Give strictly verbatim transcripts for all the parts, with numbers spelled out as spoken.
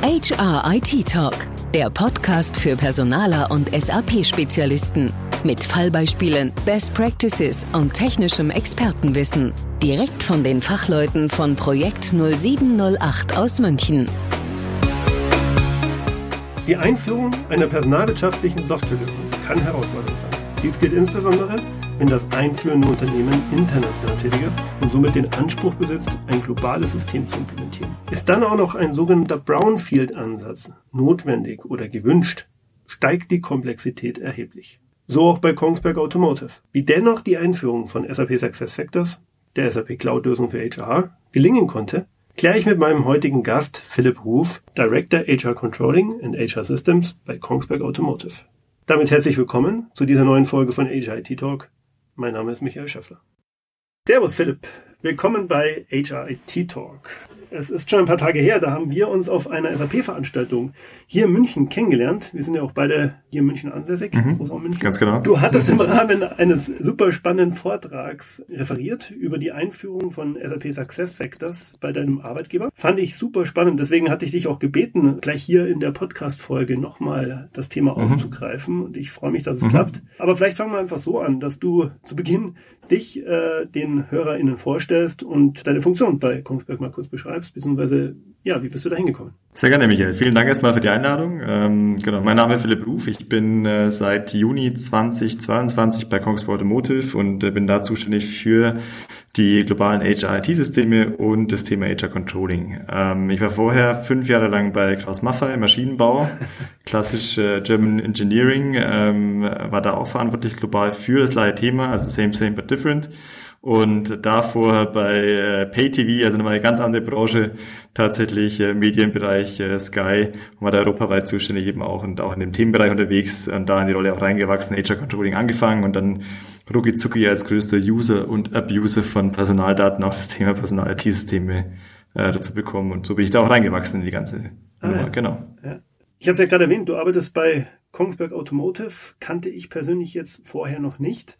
H R I T Talk, der Podcast für Personaler und S A P-Spezialisten. Mit Fallbeispielen, Best Practices und technischem Expertenwissen. Direkt von den Fachleuten von Projekt null sieben null acht aus München. Die Einführung einer personalwirtschaftlichen Softwarelösung kann herausfordernd sein. Dies gilt insbesondere, wenn das einführende Unternehmen international tätig ist und somit den Anspruch besitzt, ein globales System zu implementieren. Ist dann auch noch ein sogenannter Brownfield-Ansatz notwendig oder gewünscht, steigt die Komplexität erheblich. So auch bei Kongsberg Automotive. Wie dennoch die Einführung von S A P SuccessFactors, der S A P Cloud-Lösung für H R, gelingen konnte, kläre ich mit meinem heutigen Gast Philipp Ruf, Director H R Controlling and H R Systems bei Kongsberg Automotive. Damit herzlich willkommen zu dieser neuen Folge von H R I T Talk. Mein Name ist Michael Schäffler. Servus Philipp, willkommen bei H R I T Talk. Es ist schon ein paar Tage her, da haben wir uns auf einer S A P-Veranstaltung hier in München kennengelernt. Wir sind ja auch beide hier in München ansässig, mhm, Großraum München. Ganz genau. Du hattest im Rahmen eines super spannenden Vortrags referiert über die Einführung von S A P SuccessFactors bei deinem Arbeitgeber. Fand ich super spannend, deswegen hatte ich dich auch gebeten, gleich hier in der Podcast-Folge nochmal das Thema mhm. aufzugreifen. Und ich freue mich, dass es mhm. klappt. Aber vielleicht fangen wir einfach so an, dass du zu Beginn dich äh, den HörerInnen vorstellst und deine Funktion bei Kongsberg mal kurz beschreibst, beziehungsweise, ja, wie bist du da hingekommen? Sehr gerne, Michael. Vielen Dank erstmal für die Einladung. Ähm, genau, mein Name ist Philipp Ruf. Ich bin äh, seit Juni zweitausendzweiundzwanzig bei Kongsberg Automotive und äh, bin da zuständig für die globalen H R I T-Systeme und das Thema H R Controlling. Ähm, ich war vorher fünf Jahre lang bei Krauss Maffei, Maschinenbau, klassisch äh, German Engineering, ähm, war da auch verantwortlich global für das gleiche Thema, also same, same, but different. Und davor bei äh, Pay-T V, also nochmal eine ganz andere Branche, tatsächlich äh, Medienbereich äh, Sky, und war da europaweit zuständig eben auch und auch in dem Themenbereich unterwegs und da in die Rolle auch reingewachsen, H R Controlling angefangen und dann rucki zucki als größter User und Abuser von Personaldaten auch das Thema Personal-I T-Systeme äh, dazu bekommen und so bin ich da auch reingewachsen in die ganze ah, Nummer, ja. genau. Ja. Ich habe es ja gerade erwähnt, du arbeitest bei Kongsberg Automotive, kannte ich persönlich jetzt vorher noch nicht.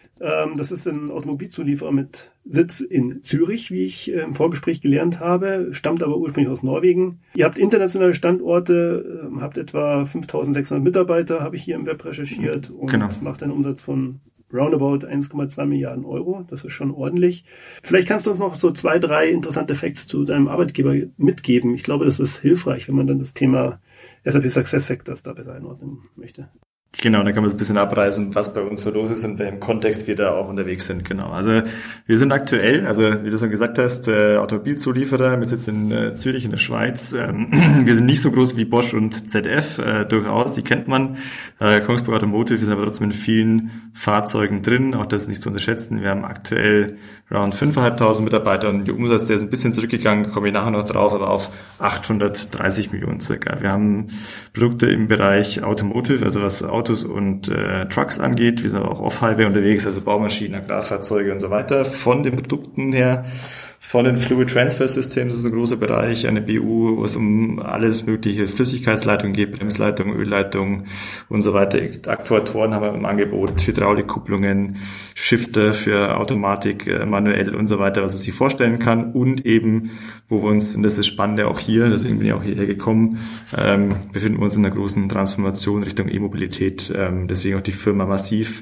Das ist ein Automobilzulieferer mit Sitz in Zürich, wie ich im Vorgespräch gelernt habe, stammt aber ursprünglich aus Norwegen. Ihr habt internationale Standorte, habt etwa fünftausendsechshundert Mitarbeiter, habe ich hier im Web recherchiert, und genau. macht einen Umsatz von roundabout eins Komma zwei Milliarden Euro. Das ist schon ordentlich. Vielleicht kannst du uns noch so zwei, drei interessante Facts zu deinem Arbeitgeber mitgeben. Ich glaube, das ist hilfreich, wenn man dann das Thema S A P SuccessFactors da besser einordnen möchte. Genau, da kann man es ein bisschen abreißen, was bei uns so los ist und in welchem Kontext wir da auch unterwegs sind. Genau. Also wir sind aktuell, also wie du schon gesagt hast, äh, Automobilzulieferer mit Sitz in äh, Zürich in der Schweiz. Ähm, wir sind nicht so groß wie Bosch und Z F, äh, durchaus, die kennt man. Äh, Kongsberg Automotive, wir sind aber trotzdem in vielen Fahrzeugen drin, auch das ist nicht zu unterschätzen. Wir haben aktuell rund fünftausendfünfhundert Mitarbeiter und der Umsatz, der ist ein bisschen zurückgegangen, komme ich nachher noch drauf, aber auf achthundertdreißig Millionen circa. Wir haben Produkte im Bereich Automotive, also was Autos und äh, Trucks angeht. Wir sind aber auch Off-Highway unterwegs, also Baumaschinen, Agrarfahrzeuge und so weiter. Von den Produkten her, von den Fluid Transfer Systems, das ist ein großer Bereich, eine B U, wo es um alles mögliche Flüssigkeitsleitung geht, Bremsleitung, Ölleitung und so weiter. Aktuatoren haben wir im Angebot, Hydraulikkupplungen, Shifter für Automatik, äh, manuell und so weiter, was man sich vorstellen kann. Und eben, wo wir uns, und das ist spannend auch hier, deswegen bin ich auch hierher gekommen, ähm, befinden wir uns in einer großen Transformation Richtung E-Mobilität. Ähm, deswegen auch die Firma massiv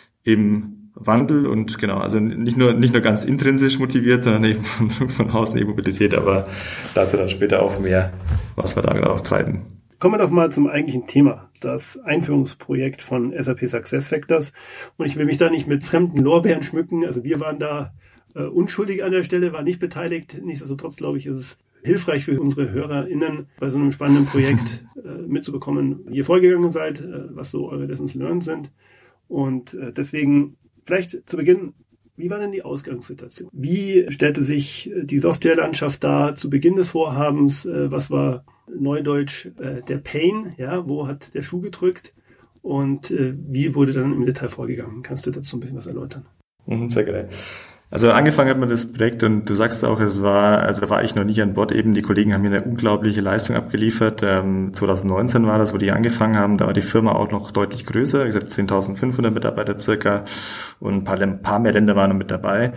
im Wandel und genau, also nicht nur nicht nur ganz intrinsisch motiviert, sondern eben von, von außen E-Mobilität, aber dazu dann später auch mehr, was wir da gerade auch treiben. Kommen wir doch mal zum eigentlichen Thema, das Einführungsprojekt von S A P SuccessFactors. Und ich will mich da nicht mit fremden Lorbeeren schmücken, also wir waren da äh, unschuldig an der Stelle, waren nicht beteiligt. Nichtsdestotrotz, glaube ich, ist es hilfreich für unsere HörerInnen, bei so einem spannenden Projekt äh, mitzubekommen, wie ihr vorgegangen seid, äh, was so eure Lessons learned sind. Und äh, deswegen vielleicht zu Beginn, wie war denn die Ausgangssituation? Wie stellte sich die Softwarelandschaft dar zu Beginn des Vorhabens? Was war neudeutsch der Pain? Ja, wo hat der Schuh gedrückt? Und wie wurde dann im Detail vorgegangen? Kannst du dazu ein bisschen was erläutern? Sehr gerne. Also angefangen hat man das Projekt und du sagst auch, es war, also da war ich noch nicht an Bord eben, die Kollegen haben hier eine unglaubliche Leistung abgeliefert. Ähm, zwanzig neunzehn war das, wo die angefangen haben, da war die Firma auch noch deutlich größer, wie gesagt zehntausendfünfhundert Mitarbeiter circa und ein paar, ein paar mehr Länder waren noch mit dabei.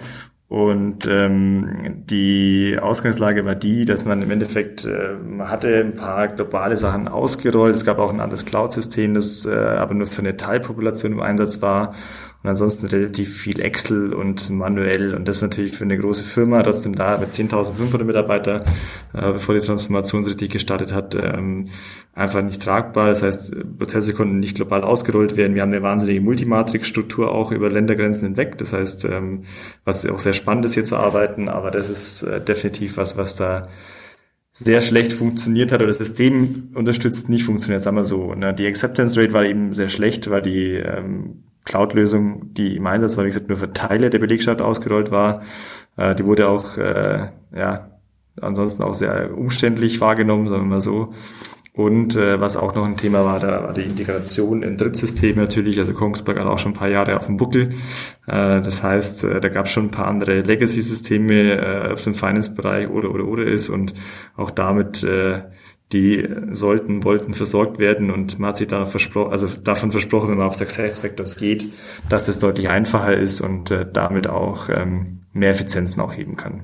Und ähm, die Ausgangslage war die, dass man im Endeffekt äh, man hatte ein paar globale Sachen ausgerollt. Es gab auch ein anderes Cloud-System, das äh, aber nur für eine Teilpopulation im Einsatz war. Und ansonsten relativ viel Excel und manuell. Und das ist natürlich für eine große Firma, trotzdem da mit zehntausendfünfhundert Mitarbeiter, äh, bevor die Transformation so richtig gestartet hat, ähm, einfach nicht tragbar. Das heißt, Prozesse konnten nicht global ausgerollt werden. Wir haben eine wahnsinnige Multimatrix-Struktur auch über Ländergrenzen hinweg. Das heißt, ähm, was auch sehr spannend ist, hier zu arbeiten. Aber das ist äh, definitiv was, was da sehr schlecht funktioniert hat oder das System unterstützt nicht funktioniert, sagen wir so. Ne? Die Acceptance Rate war eben sehr schlecht, weil die ähm, Cloud-Lösung, die im Einsatz war, wie gesagt, nur für Teile der Belegschaft ausgerollt war. Äh, die wurde auch, äh, ja, ansonsten auch sehr umständlich wahrgenommen, sagen wir mal so. Und äh, was auch noch ein Thema war, da war die Integration in Drittsysteme natürlich. Also Kongsberg hat auch schon ein paar Jahre auf dem Buckel. Äh, das heißt, äh, da gab es schon ein paar andere Legacy-Systeme, äh, ob es im Finance-Bereich oder oder oder ist. Und auch damit äh, die sollten, wollten versorgt werden und man hat sich da versprochen, also davon versprochen, wenn man auf Success Factors geht, dass das deutlich einfacher ist und äh, damit auch ähm, mehr Effizienzen auch heben kann.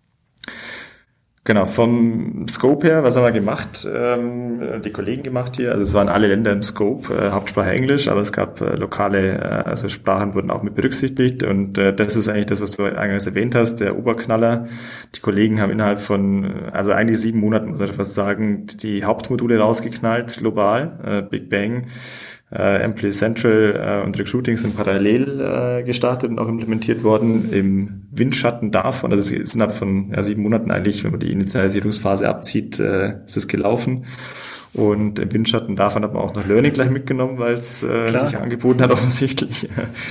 Genau, vom Scope her, was haben wir gemacht? Ähm, die Kollegen gemacht hier, also es waren alle Länder im Scope, äh, Hauptsprache Englisch, aber es gab äh, lokale, äh, also Sprachen wurden auch mit berücksichtigt und äh, das ist eigentlich das, was du eingangs erwähnt hast, der Oberknaller. Die Kollegen haben innerhalb von, also eigentlich sieben Monaten, muss man fast sagen, die Hauptmodule rausgeknallt, global, äh, Big Bang. Äh, Employee Central äh, und Recruiting sind parallel äh, gestartet und auch implementiert worden im Windschatten davon. Also es ist innerhalb von ja, sieben Monaten eigentlich, wenn man die Initialisierungsphase abzieht, äh, ist es gelaufen. Und im Windschatten davon hat man auch noch Learning gleich mitgenommen, weil es äh, sich angeboten hat offensichtlich.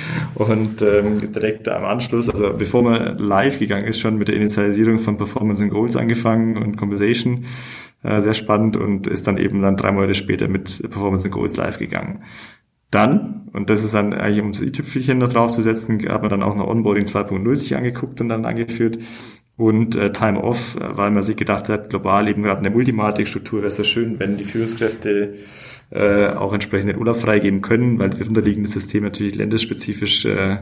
Und ähm, direkt am Anschluss, also bevor man live gegangen ist, schon mit der Initialisierung von Performance and Goals angefangen und Conversation. Äh, sehr spannend und ist dann eben dann drei Monate später mit Performance and Goals live gegangen. Dann, und das ist dann eigentlich, um das i-Tüpfelchen da drauf zu setzen, hat man dann auch noch Onboarding zwei Punkt null sich angeguckt und dann angeführt. Und äh, Time Off, weil man sich gedacht hat, global eben gerade in der Multimatik-Struktur wäre es ja schön, wenn die Führungskräfte äh, auch entsprechend den Urlaub freigeben können, weil die darunterliegenden Systeme natürlich länderspezifisch äh,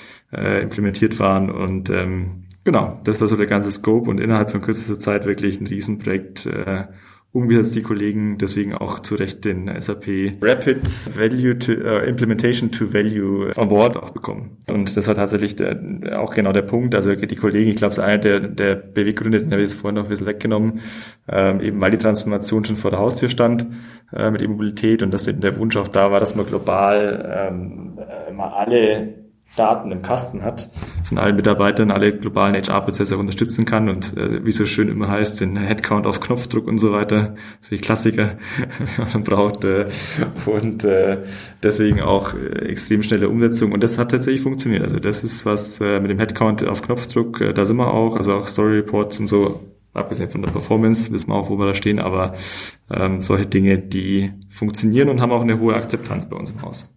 äh, implementiert waren. Und ähm, genau, das war so der ganze Scope und innerhalb von kürzester Zeit wirklich ein Riesenprojekt äh, umgesetzt, die Kollegen, deswegen auch zu Recht den S A P Rapid Value to, uh, Implementation to Value Award auch bekommen. Und das war tatsächlich der, auch genau der Punkt. Also die Kollegen, ich glaube, es ist einer der, der Beweggründe, den habe ich jetzt vorhin noch ein bisschen weggenommen, ähm, eben weil die Transformation schon vor der Haustür stand äh, mit E-Mobilität und dass eben der Wunsch auch da war, dass man global ähm, mal alle Daten im Kasten hat, von allen Mitarbeitern, alle globalen H R-Prozesse auch unterstützen kann und äh, wie so schön immer heißt, den Headcount auf Knopfdruck und so weiter, so die Klassiker, die man braucht äh, und äh, deswegen auch äh, extrem schnelle Umsetzung und das hat tatsächlich funktioniert. Also das ist was äh, mit dem Headcount auf Knopfdruck, äh, da sind wir auch, also auch Story Reports und so, abgesehen von der Performance, wissen wir auch, wo wir da stehen, aber ähm, solche Dinge, die funktionieren und haben auch eine hohe Akzeptanz bei uns im Haus.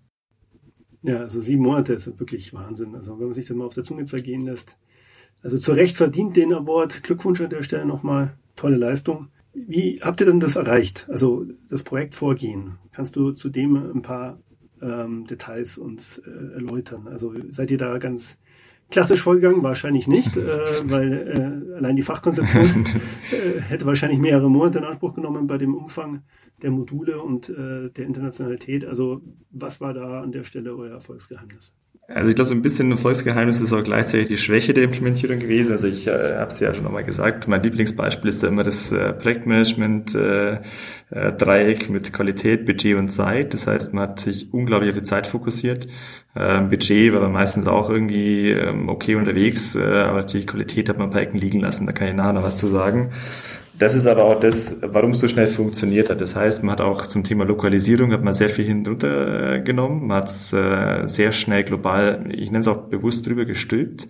Ja, also sieben Monate ist wirklich Wahnsinn. Also wenn man sich das mal auf der Zunge zergehen lässt. Also zu Recht verdient den Award. Glückwunsch an der Stelle nochmal. Tolle Leistung. Wie habt ihr denn das erreicht? Also das Projektvorgehen. Kannst du zu dem ein paar ähm, Details uns äh, erläutern? Also seid ihr da ganz klassisch vorgegangen? Wahrscheinlich nicht, äh, weil äh, allein die Fachkonzeption äh, hätte wahrscheinlich mehrere Monate in Anspruch genommen bei dem Umfang der Module und äh, der Internationalität. Also was war da an der Stelle euer Erfolgsgeheimnis? Also ich glaube, so ein bisschen ein Erfolgsgeheimnis ist auch gleichzeitig die Schwäche der Implementierung gewesen. Also ich äh, habe es ja schon nochmal gesagt, mein Lieblingsbeispiel ist da immer das äh, Projektmanagement äh, äh, Dreieck mit Qualität, Budget und Zeit. Das heißt, man hat sich unglaublich auf die Zeit fokussiert. Ähm, Budget war man meistens auch irgendwie ähm, okay unterwegs, äh, aber die Qualität hat man ein paar Ecken liegen lassen. Da kann ich nachher noch was zu sagen. Das ist aber auch das, warum es so schnell funktioniert hat. Das heißt, man hat auch zum Thema Lokalisierung hat man sehr viel hinunter genommen. Man hat es äh, sehr schnell global, ich nenne es auch bewusst drüber gestülpt.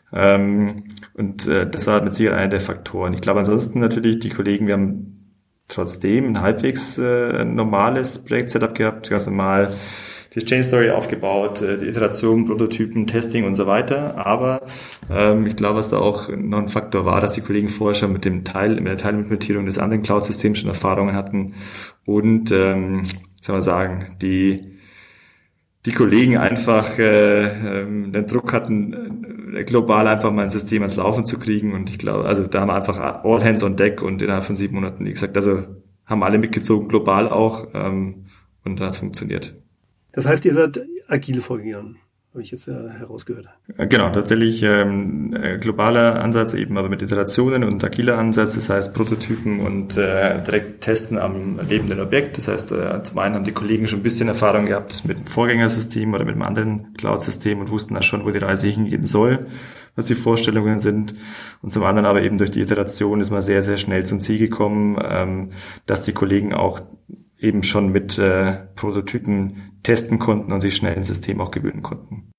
Ähm, und äh, das war mit Sicherheit einer der Faktoren. Ich glaube ansonsten natürlich die Kollegen, wir haben trotzdem ein halbwegs äh, normales Projekt-Setup gehabt, ganz normal die Change Story aufgebaut, die Iteration, Prototypen, Testing und so weiter. Aber ähm, ich glaube, was da auch noch ein Faktor war, dass die Kollegen vorher schon mit dem Teil, mit der Teilimplementierung des anderen Cloud-Systems schon Erfahrungen hatten und, ähm, soll man sagen, die die Kollegen einfach äh, ähm, den Druck hatten, äh, global einfach mal ein System ans Laufen zu kriegen. Und ich glaube, also da haben wir einfach all hands on deck und innerhalb von sieben Monaten, wie gesagt, also haben alle mitgezogen, global auch, ähm, und das funktioniert. Das heißt, ihr seid agil vorgegangen, habe ich jetzt ja herausgehört. Genau, tatsächlich ähm, globaler Ansatz, eben aber mit Iterationen und agiler Ansatz, das heißt Prototypen und äh, direkt testen am lebenden Objekt. Das heißt, äh, zum einen haben die Kollegen schon ein bisschen Erfahrung gehabt mit dem Vorgängersystem oder mit einem anderen Cloud-System und wussten da schon, wo die Reise hingehen soll, was die Vorstellungen sind. Und zum anderen aber eben durch die Iteration ist man sehr, sehr schnell zum Ziel gekommen, ähm, dass die Kollegen auch eben schon mit äh, Prototypen testen konnten und sich schnell ins System auch gewöhnen konnten.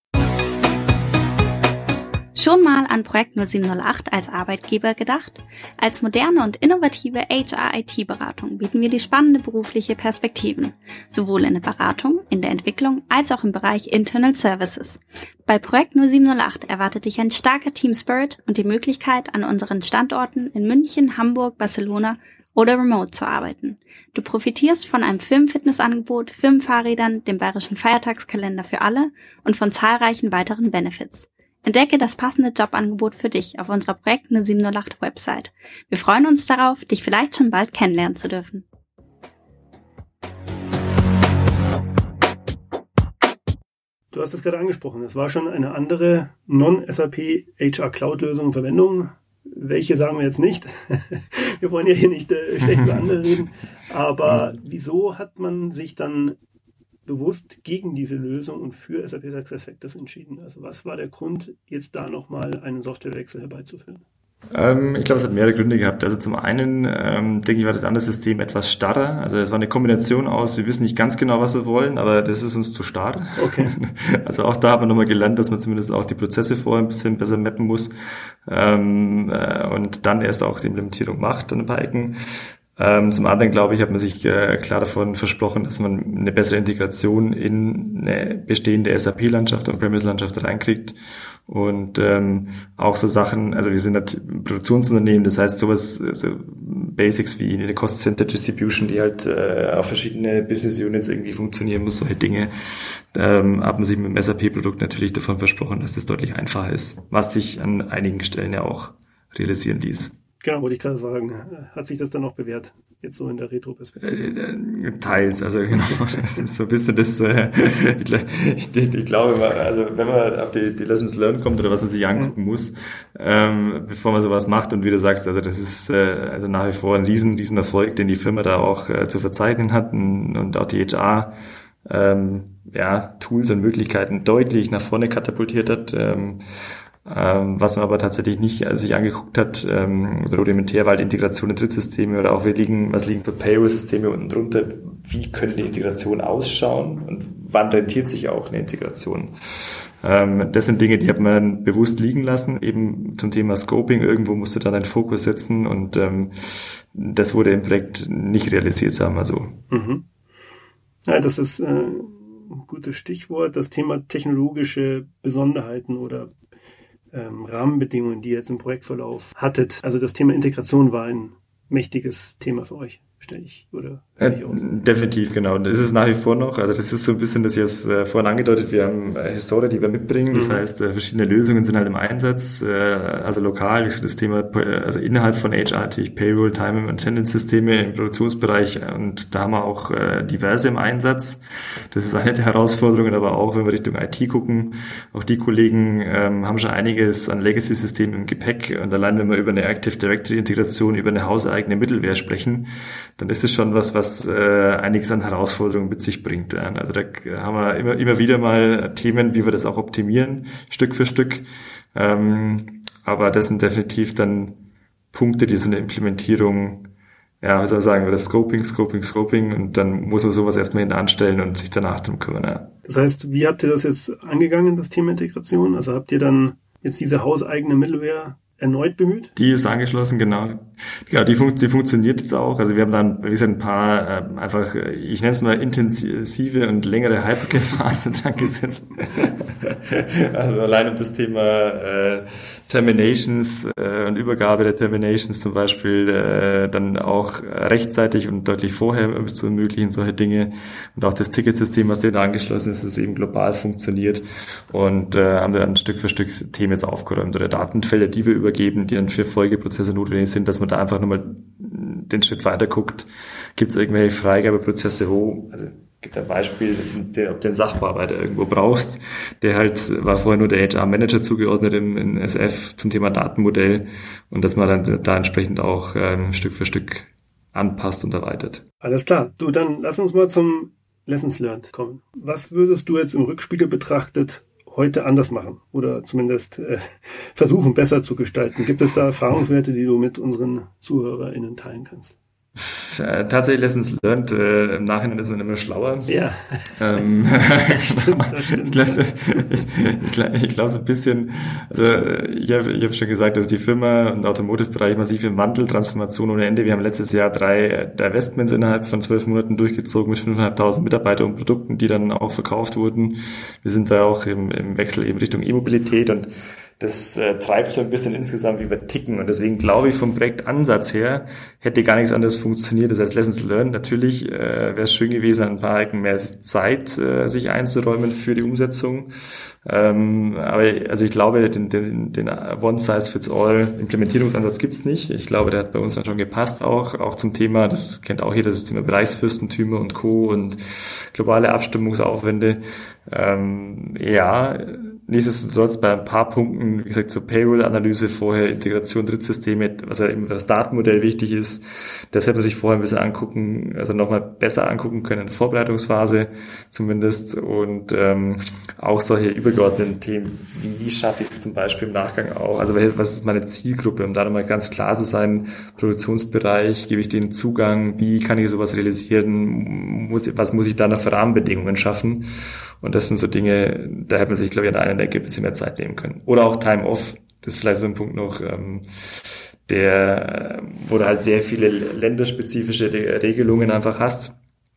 Schon mal an Projekt null sieben null acht als Arbeitgeber gedacht? Als moderne und innovative H R I T-Beratung bieten wir die spannende berufliche Perspektiven, sowohl in der Beratung, in der Entwicklung als auch im Bereich Internal Services. Bei Projekt null sieben null acht erwartet dich ein starker Team Spirit und die Möglichkeit, an unseren Standorten in München, Hamburg, Barcelona oder remote zu arbeiten. Du profitierst von einem Firmenfitnessangebot, Firmenfahrrädern, dem bayerischen Feiertagskalender für alle und von zahlreichen weiteren Benefits. Entdecke das passende Jobangebot für dich auf unserer Projekt null sieben null acht Website. Wir freuen uns darauf, dich vielleicht schon bald kennenlernen zu dürfen. Du hast es gerade angesprochen, es war schon eine andere Non-S A P H R Cloud-Lösung in Verwendung. Welche sagen wir jetzt nicht? Wir wollen ja hier nicht äh, schlecht über andere reden. Aber wieso hat man sich dann bewusst gegen diese Lösung und für S A P SuccessFactors entschieden? Also was war der Grund, jetzt da nochmal einen Softwarewechsel herbeizuführen? Ähm, ich glaube, es hat mehrere Gründe gehabt. Also zum einen ähm, denke ich, war das andere System etwas starrer. Also es war eine Kombination aus, wir wissen nicht ganz genau, was wir wollen, aber das ist uns zu starr. Okay. Also auch da haben wir nochmal gelernt, dass man zumindest auch die Prozesse vorher ein bisschen besser mappen muss ähm, äh, und dann erst auch die Implementierung macht an ein paar Ecken. Ähm, zum anderen, glaube ich, hat man sich äh, klar davon versprochen, dass man eine bessere Integration in eine bestehende S A P-Landschaft, On-Premise-Landschaft reinkriegt. Und ähm, auch so Sachen, also wir sind ein Produktionsunternehmen, das heißt sowas, so Basics wie eine Cost-Center-Distribution, die halt äh, auf verschiedene Business-Units irgendwie funktionieren muss, solche Dinge, ähm, hat man sich mit dem S A P-Produkt natürlich davon versprochen, dass das deutlich einfacher ist, was sich an einigen Stellen ja auch realisieren ließ. Genau, wollte ich gerade sagen. Hat sich das dann noch bewährt? Jetzt so in der Retro-Perspektive? Äh, teils, also genau. Das ist so ein bisschen das, äh, ich, ich, ich glaube, also wenn man auf die, die Lessons Learned kommt oder was man sich angucken muss, ähm, bevor man sowas macht und wie du sagst, also das ist äh, also nach wie vor ein riesen, riesen Erfolg, den die Firma da auch äh, zu verzeichnen hat und, und auch die H R ähm, ja, Tools und Möglichkeiten deutlich nach vorne katapultiert hat. Ähm, Ähm, was man aber tatsächlich nicht also sich angeguckt hat, ähm, oder rudimentär war halt Integration in Drittsysteme oder auch wir liegen, was liegen für Payroll-Systeme unten drunter, wie könnte die Integration ausschauen und wann rentiert sich auch eine Integration. Ähm, das sind Dinge, die hat man bewusst liegen lassen, eben zum Thema Scoping, irgendwo musst du dann deinen Fokus setzen und ähm, das wurde im Projekt nicht realisiert, sagen wir so. Mhm. Ja, das ist äh, ein gutes Stichwort, das Thema technologische Besonderheiten oder Ähm, Rahmenbedingungen, die ihr jetzt im Projektverlauf hattet. Also das Thema Integration war ein mächtiges Thema für euch, stelle ich, oder? Äh, definitiv, genau. Das ist es nach wie vor noch. Also das ist so ein bisschen, das jetzt äh, vorhin angedeutet, wir haben äh, Historie, die wir mitbringen. Das mhm. heißt, äh, verschiedene Lösungen sind halt im Einsatz. Äh, also lokal, das Thema, also innerhalb von H R natürlich Payroll, Time and Attendance Systeme im Produktionsbereich und da haben wir auch äh, diverse im Einsatz. Das ist eine der Herausforderungen, aber auch, wenn wir Richtung I T gucken, auch die Kollegen ähm, haben schon einiges an Legacy-Systemen im Gepäck und allein, wenn wir über eine Active Directory-Integration, über eine hauseigene Middleware sprechen, dann ist es schon was, was äh, einiges an Herausforderungen mit sich bringt. Also da haben wir immer, immer wieder mal Themen, wie wir das auch optimieren, Stück für Stück. Ähm, aber das sind definitiv dann Punkte, die so eine Implementierung, ja, wie soll ich sagen, das Scoping, Scoping, Scoping und dann muss man sowas erstmal hinten anstellen und sich danach drum kümmern. Ja. Das heißt, wie habt ihr das jetzt angegangen, das Thema Integration? Also habt ihr dann jetzt diese hauseigene Middleware erneut bemüht? Die ist angeschlossen, genau. Ja, die, fun- die funktioniert jetzt auch. Also wir haben dann, wie gesagt, ein paar äh, einfach, ich nenne es mal intensive und längere Hypercare-Phasen dran gesetzt. Also allein um das Thema äh, Terminations äh, und Übergabe der Terminations zum Beispiel äh, dann auch rechtzeitig und deutlich vorher zu ermöglichen, solche Dinge. Und auch das Ticketsystem, was da angeschlossen ist, das eben global funktioniert. Und äh, haben dann Stück für Stück Themen jetzt aufgeräumt oder Datenfelder, die wir übergeben, die dann für Folgeprozesse notwendig sind, dass man da einfach nochmal den Schritt weiter guckt. Gibt es irgendwelche Freigabeprozesse, wo, also gibt ein Beispiel, den, ob du den Sachbearbeiter irgendwo brauchst, der halt, war vorher nur der H R-Manager zugeordnet im, in S F zum Thema Datenmodell und dass man dann da entsprechend auch ähm, Stück für Stück anpasst und erweitert. Alles klar. Du, dann lass uns mal zum Lessons Learned kommen. Was würdest du jetzt im Rückspiegel betrachtet heute anders machen oder zumindest äh, versuchen, besser zu gestalten? Gibt es da Erfahrungswerte, die du mit unseren ZuhörerInnen teilen kannst? Äh, tatsächlich Lessons learned, äh, im Nachhinein ist man immer schlauer. Ja. Ähm, stimmt, das stimmt. Ich glaube ich, ich glaub so ein bisschen, also ich habe ich hab schon gesagt, also die Firma und Automotive-Bereich massive Wandel, Transformation ohne Ende. Wir haben letztes Jahr drei Divestments innerhalb von zwölf Monaten durchgezogen mit fünftausendfünfhundert Mitarbeiter und Produkten, die dann auch verkauft wurden. Wir sind da auch im, im Wechsel eben Richtung E-Mobilität und das äh, treibt so ein bisschen insgesamt, wie wir ticken. Und deswegen glaube ich, vom Projektansatz her hätte gar nichts anderes funktioniert. Das heißt, Lessons Learned, natürlich äh, wäre es schön gewesen, ein paar Ecken mehr Zeit äh, sich einzuräumen für die Umsetzung. Ähm, aber also ich glaube, den, den, den One-Size-Fits-All-Implementierungsansatz gibt's nicht. Ich glaube, der hat bei uns dann schon gepasst auch, auch zum Thema, das kennt auch jeder, das Thema Bereichsfürstentümer und Co. und globale Abstimmungsaufwände. Ähm, ja, nichtsdestotrotz bei ein paar Punkten, wie gesagt, zur Payroll-Analyse vorher, Integration Drittsysteme, was ja eben für das Datenmodell wichtig ist, das hätte man sich vorher ein bisschen angucken, also nochmal besser angucken können in der Vorbereitungsphase zumindest und ähm, auch solche übergeordneten Themen, wie schaffe ich es zum Beispiel im Nachgang auch, also was ist meine Zielgruppe, um da nochmal ganz klar zu sein, Produktionsbereich, gebe ich denen Zugang, wie kann ich sowas realisieren, muss, was muss ich da noch für Rahmenbedingungen schaffen und das sind so Dinge, da hätte man sich, glaube ich, an einer Ecke ein bisschen mehr Zeit nehmen können. Oder auch Time Off, das ist vielleicht so ein Punkt noch, ähm, der, wo du halt sehr viele länderspezifische Re- Regelungen einfach hast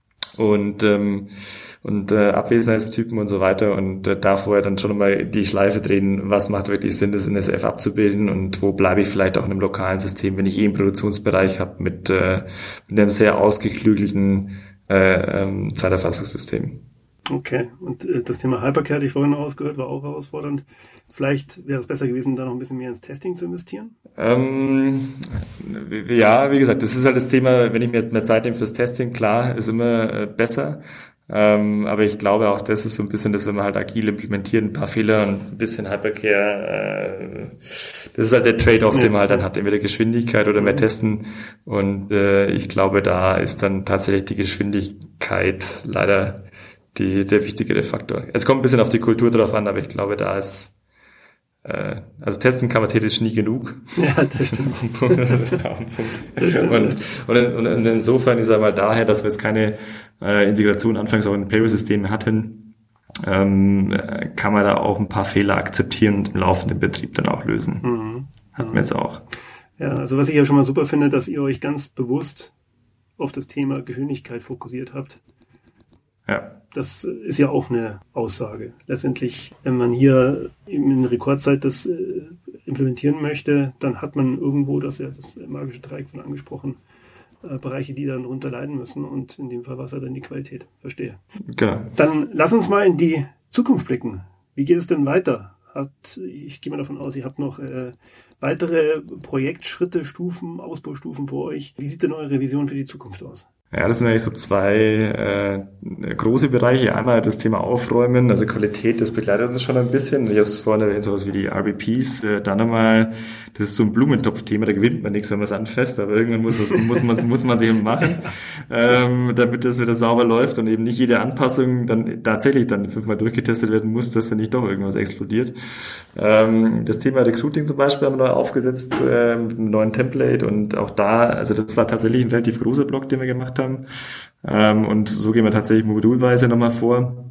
und ähm, und äh, Abwesenheitstypen und so weiter und äh, da vorher dann schon mal die Schleife drehen, was macht wirklich Sinn, das in S F abzubilden und wo bleibe ich vielleicht auch in einem lokalen System, wenn ich eh einen Produktionsbereich habe mit, äh, mit einem sehr ausgeklügelten äh, ähm, Zeiterfassungssystem. Okay, und äh, das Thema Hypercare, hatte ich vorhin noch ausgehört, war auch herausfordernd. Vielleicht wäre es besser gewesen, da noch ein bisschen mehr ins Testing zu investieren? Ähm, ja, wie gesagt, das ist halt das Thema, wenn ich mir mehr Zeit nehme fürs Testing, klar, ist immer äh, besser. Ähm, aber ich glaube auch, das ist so ein bisschen das, wenn man halt agil implementiert, ein paar Fehler und ein bisschen Hypercare, äh, das ist halt der Trade-off, ja, den man halt dann hat, entweder Geschwindigkeit oder mehr testen und äh, ich glaube, da ist dann tatsächlich die Geschwindigkeit leider die, der wichtigere Faktor. Es kommt ein bisschen auf die Kultur drauf an, aber ich glaube, da ist, äh, also testen kann man theoretisch nie genug. Ja, das stimmt. das ist auch ein Punkt. Das stimmt, und, und, in, und insofern, ich sage mal daher, dass wir jetzt keine äh, Integration anfangs auch in Payroll-Systemen hatten, ähm, kann man da auch ein paar Fehler akzeptieren und im laufenden Betrieb dann auch lösen. Mhm. Hatten wir jetzt auch. Ja, also was ich ja schon mal super finde, dass ihr euch ganz bewusst auf das Thema Geschwindigkeit fokussiert habt. Ja. Das ist ja auch eine Aussage. Letztendlich, wenn man hier in Rekordzeit das äh, implementieren möchte, dann hat man irgendwo, das ja das magische Dreieck von angesprochen, äh, Bereiche, die dann darunter leiden müssen und in dem Fall war es dann die Qualität. Verstehe. Genau. Dann lass uns mal in die Zukunft blicken. Wie geht es denn weiter? Hat, ich gehe mal davon aus, ihr habt noch äh, weitere Projektschritte, Stufen, Ausbaustufen vor euch. Wie sieht denn eure Vision für die Zukunft aus? Ja, das sind eigentlich so zwei äh, große Bereiche. Einmal das Thema Aufräumen, also Qualität, das begleitet uns schon ein bisschen. Ich habe es vorhin erwähnt, sowas wie die R B Ps. Äh, dann nochmal, das ist so ein Blumentopf-Thema, da gewinnt man nichts, wenn man es anfasst, aber irgendwann muss, das, muss man muss man sich machen, ähm, damit das wieder sauber läuft und eben nicht jede Anpassung dann tatsächlich dann fünfmal durchgetestet werden muss, dass dann nicht doch irgendwas explodiert. Ähm, das Thema Recruiting zum Beispiel haben wir neu aufgesetzt äh, mit einem neuen Template und auch da, also das war tatsächlich ein relativ großer Block, den wir gemacht haben. Ähm, und so gehen wir tatsächlich modulweise nochmal vor.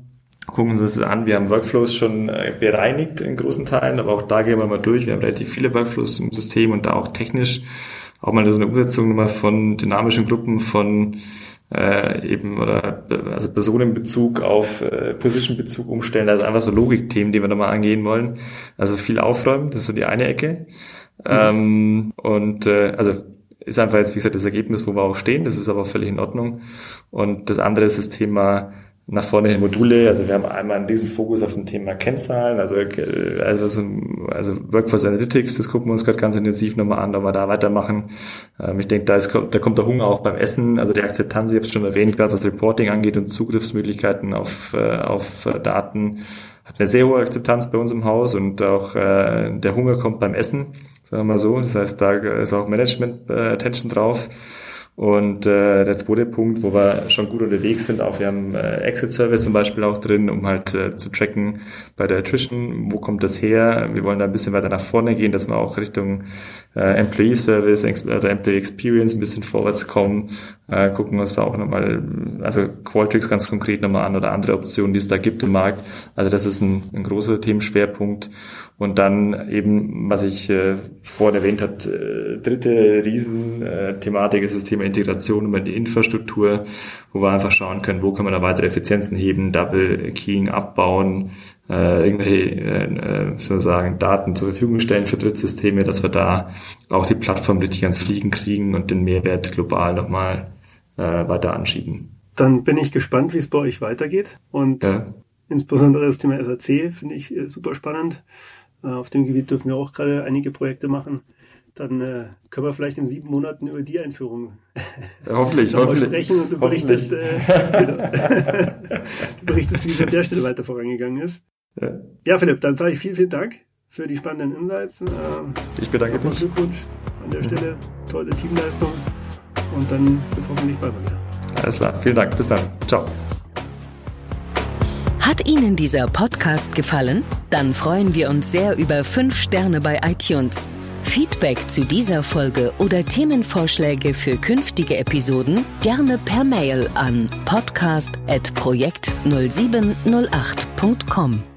gucken uns das an. Wir haben Workflows schon bereinigt in großen Teilen, aber auch da gehen wir mal durch. Wir haben relativ viele Workflows im System und da auch technisch auch mal so eine Umsetzung nochmal von dynamischen Gruppen von äh, eben oder also Personenbezug auf äh, Positionbezug umstellen. Also einfach so Logikthemen, die wir nochmal angehen wollen. Also viel aufräumen, das ist so die eine Ecke. Mhm. Ähm, und äh, also ist einfach jetzt, wie gesagt, das Ergebnis, wo wir auch stehen. Das ist aber auch völlig in Ordnung. Und das andere ist das Thema nach vorne hin Module. Also wir haben einmal einen riesen Fokus auf das Thema Kennzahlen, also also, also Workforce Analytics, das gucken wir uns gerade ganz intensiv nochmal an, ob wir da weitermachen. Ähm, ich denke, da ist, da kommt der Hunger auch beim Essen, also die Akzeptanz, ich habe es schon erwähnt, gerade was Reporting angeht und Zugriffsmöglichkeiten auf auf Daten, hat eine sehr hohe Akzeptanz bei uns im Haus und auch äh, der Hunger kommt beim Essen, sagen wir mal so. Das heißt, da ist auch Management-Attention drauf. Und äh, der zweite Punkt, wo wir schon gut unterwegs sind, auch wir haben äh, Exit-Service zum Beispiel auch drin, um halt äh, zu tracken bei der Attrition, wo kommt das her? Wir wollen da ein bisschen weiter nach vorne gehen, dass wir auch Richtung äh, Employee-Service oder Employee-Experience ein bisschen vorwärts kommen, äh, gucken uns da auch nochmal, also Qualtrics ganz konkret nochmal an oder andere Optionen, die es da gibt im Markt. Also das ist ein, ein großer Themenschwerpunkt. Und dann eben, was ich äh, vorhin erwähnt habe, äh, dritte Riesen-Thematik ist das Thema Integration über die Infrastruktur, wo wir einfach schauen können, wo kann man da weitere Effizienzen heben, Double Keying abbauen, äh, irgendwelche äh, sozusagen Daten zur Verfügung stellen für Drittsysteme, dass wir da auch die Plattform richtig ans Fliegen kriegen und den Mehrwert global nochmal äh, weiter anschieben. Dann bin ich gespannt, wie es bei euch weitergeht und ja. Insbesondere das Thema S A C finde ich super spannend. Auf dem Gebiet dürfen wir auch gerade einige Projekte machen. Dann äh, können wir vielleicht in sieben Monaten über die Einführung ja, hoffentlich, hoffentlich. sprechen und du berichtest, äh, du berichtest, wie es an der Stelle weiter vorangegangen ist. Ja, ja Philipp, dann sage ich vielen, vielen Dank für die spannenden Insights. Ähm, ich bedanke mich. Glückwunsch an der Stelle, tolle Teamleistung und dann bis hoffentlich bald wieder. Alles klar, vielen Dank, bis dann. Ciao. Hat Ihnen dieser Podcast gefallen? Dann freuen wir uns sehr über fünf Sterne bei iTunes. Feedback zu dieser Folge oder Themenvorschläge für künftige Episoden gerne per Mail an podcast at projekt null sieben null acht punkt com.